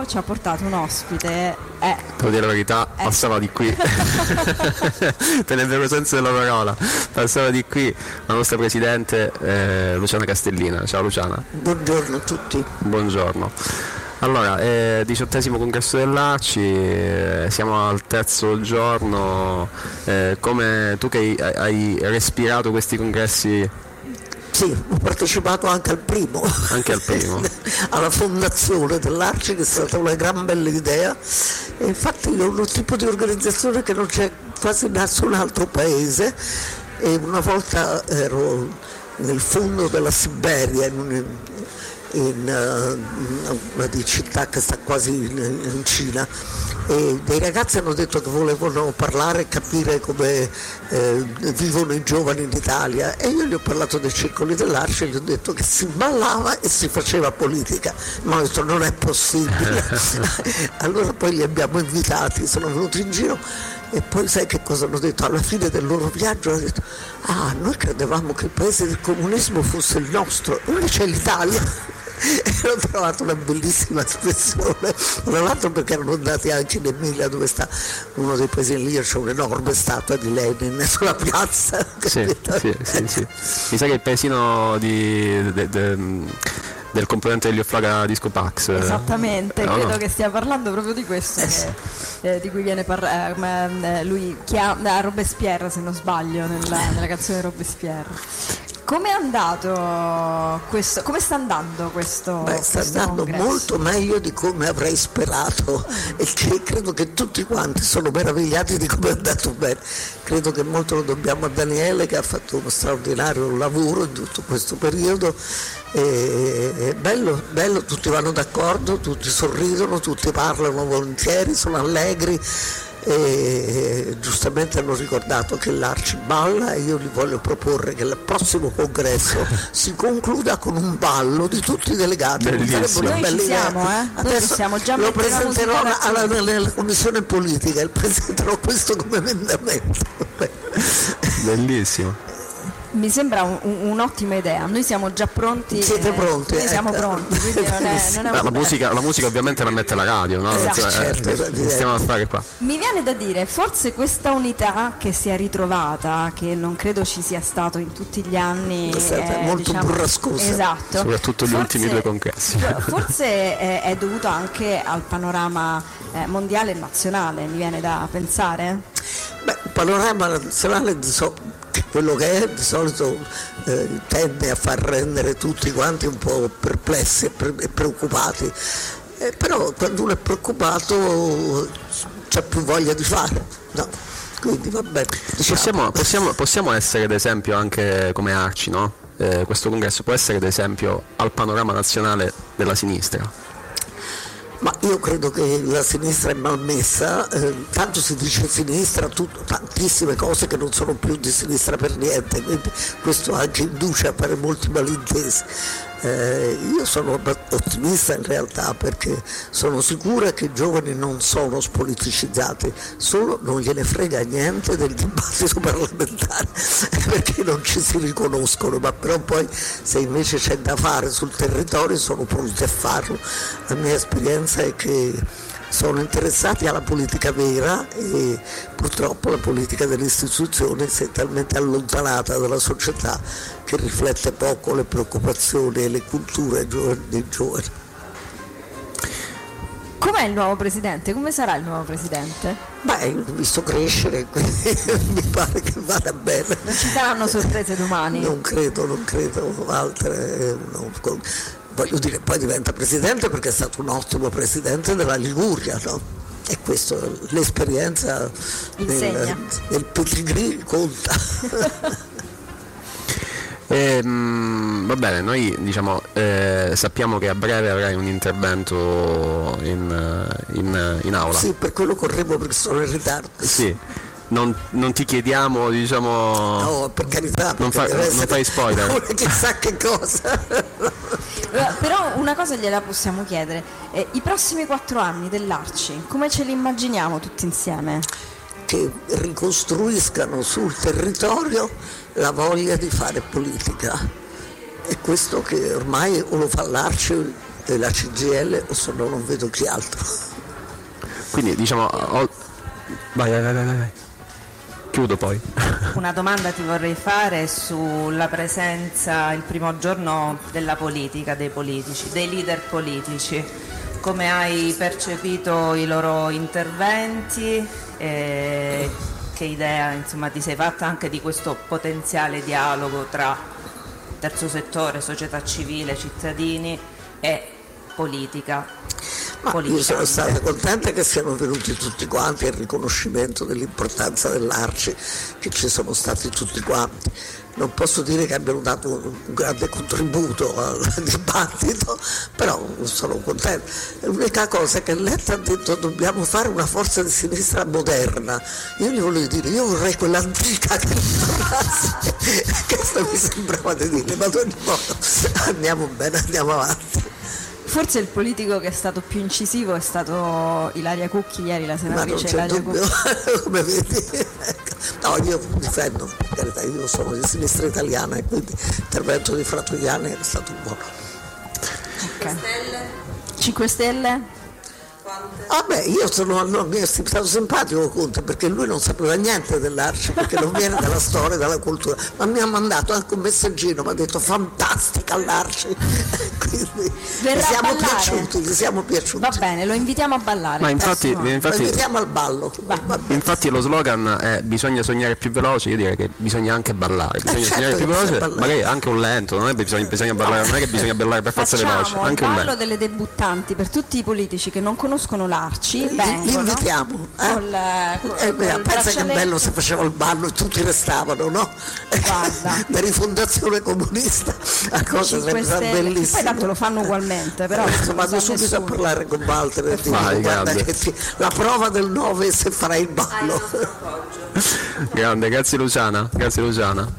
ci ha portato un ospite. Devo dire la verità, passava di qui. Nel vero senso della parola, passava di qui la nostra presidente Luciana Castellina. Ciao Luciana. Buongiorno a tutti. Buongiorno. Allora, 18° congresso dell'ACI, siamo al terzo giorno, come tu che hai respirato questi congressi? Sì, ho partecipato anche al primo. Anche al primo. Alla fondazione dell'ACI, che è stata una gran bella idea, e infatti è un tipo di organizzazione che non c'è quasi in nessun altro paese, e una volta ero nel fondo della Siberia, in una di città che sta quasi in Cina, e dei ragazzi hanno detto che volevano parlare e capire come vivono i giovani in Italia, e io gli ho parlato dei circoli dell'ACI e gli ho detto che si ballava e si faceva politica, ma ho detto non è possibile. Allora poi li abbiamo invitati, sono venuti in giro, e poi sai che cosa hanno detto? Alla fine del loro viaggio hanno detto: ah, noi credevamo che il paese del comunismo fosse il nostro, invece è l'Italia. E ho trovato una bellissima espressione, tra l'altro perché erano andati anche in Emilia, dove sta uno dei paesini lì, c'è un'enorme statua di Lenin sulla piazza. Sì. Mi sa che è il paesino del componente degli Offlaga Disco Pax. Esattamente, credo che stia parlando proprio di questo, di cui viene lui chiama Robespierre, se non sbaglio, nella canzone Robespierre. Come è andato questo? Come sta andando questo? Sta andando molto meglio di come avrei sperato, e che credo che tutti quanti sono meravigliati di come è andato bene. Credo che molto lo dobbiamo a Daniele, che ha fatto uno straordinario lavoro in tutto questo periodo. È bello, tutti vanno d'accordo, tutti sorridono, tutti parlano volentieri, sono allegri. E giustamente hanno ricordato che l'ACI balla, e io gli voglio proporre che il prossimo congresso si concluda con un ballo di tutti i delegati. Bellissimo. Una bella idea. Adesso siamo già lo presenterò nella commissione politica, e presenterò questo come emendamento. Bellissimo. Mi sembra un'ottima idea. Noi siamo già pronti. Siete pronti? Noi siamo pronti, quindi non è la musica ovviamente la mette la radio, no? Esatto. Certo. Stiamo a fare qua. Mi viene da dire, forse questa unità che si è ritrovata, che non credo ci sia stato in tutti gli anni, è stata molto burrascosa. Esatto. Soprattutto gli ultimi 2 congressi. Forse è dovuto anche al panorama mondiale e nazionale, mi viene da pensare? Il panorama nazionale quello che è di solito tende a far rendere tutti quanti un po' perplessi e preoccupati, però quando uno è preoccupato c'ha più voglia di fare, no? Quindi vabbè, diciamo. Possiamo essere ad esempio anche come ACI, no? Questo congresso può essere ad esempio al panorama nazionale della sinistra. Ma io credo che la sinistra è malmessa, tanto si dice sinistra, tantissime cose che non sono più di sinistra per niente, quindi questo anche induce a fare molti malintesi. Io sono ottimista in realtà, perché sono sicura che i giovani non sono spoliticizzati, solo non gliene frega niente del dibattito parlamentare perché non ci si riconoscono, ma però poi se invece c'è da fare sul territorio sono pronti a farlo. La mia esperienza è che sono interessati alla politica vera, e purtroppo la politica delle istituzioni si è talmente allontanata dalla società che riflette poco le preoccupazioni e le culture dei giovani. Com'è il nuovo presidente? Come sarà il nuovo presidente? L'ho visto crescere, quindi mi pare che vada bene. Non ci saranno sorprese domani? Non credo altre. No. Voglio dire, poi diventa presidente perché è stato un ottimo presidente della Liguria, no? E questo, l'esperienza del pedigree conta. Va bene, noi sappiamo che a breve avrai un intervento in aula. Sì, per quello correvo perché sono in ritardo. Sì. Non ti chiediamo, no, per carità, non fai spoiler. Chissà che cosa. Però una cosa gliela possiamo chiedere: i prossimi 4 anni dell'ACI come ce li immaginiamo tutti insieme? Che ricostruiscano sul territorio la voglia di fare politica, e questo che ormai o lo fa l'ACI la CGIL o se no non vedo chi altro. Quindi diciamo... Vai. Chiudo poi. Una domanda ti vorrei fare sulla presenza il primo giorno della politica, dei politici, dei leader politici. Come hai percepito i loro interventi? Che idea insomma ti sei fatta anche di questo potenziale dialogo tra terzo settore, società civile, cittadini e politica? Ma io sono stata contenta che siano venuti tutti quanti, il riconoscimento dell'importanza dell'Arci, che ci sono stati tutti quanti. Non posso dire che abbiano dato un grande contributo al dibattito, però sono contenta. L'unica cosa è che Letta ha detto dobbiamo fare una forza di sinistra moderna. Io gli volevo dire, io vorrei quell'antica che tornasse. Questo mi sembrava di dire, ma ad ogni modo andiamo bene, andiamo avanti. Forse il politico che è stato più incisivo è stato Ilaria Cucchi ieri, la senatrice Ma non c'è Ilaria dubbio, Cucchi. come vedi. No, io difendo, per carità, io sono di sinistra italiana e quindi l'intervento di Fratoianni è stato buono. Okay. 5 Stelle? Vabbè, mi è stato simpatico Conte perché lui non sapeva niente dell'Arci, perché non viene dalla storia, dalla cultura, ma mi ha mandato anche un messaggino, mi ha detto fantastica l'Arci. Quindi gli siamo piaciuti. Va bene, lo invitiamo a ballare. Ma infatti, Lo invitiamo al ballo. infatti lo slogan è bisogna sognare più veloce, io direi che bisogna anche ballare, bisogna sognare più veloce, magari anche un lento, non è bisogna ballare, non è che bisogna ballare per forza veloce, Facciamo il anche un ballo lento. delle debuttanti per tutti i politici che non conoscono l'Arci, Li vengono invitiamo. col Pensa che braccialetto. bello se faceva il ballo e tutti restavano, no? Guarda. Da rifondazione comunista a cose 5 sempre Stelle, che bellissime. poi tanto lo fanno ugualmente, però Adesso non vado sa subito nessuno. a parlare con Walter e ti dico, Vai, guarda grande. che la prova del 9 se farai il ballo. Grande, grazie Luciana.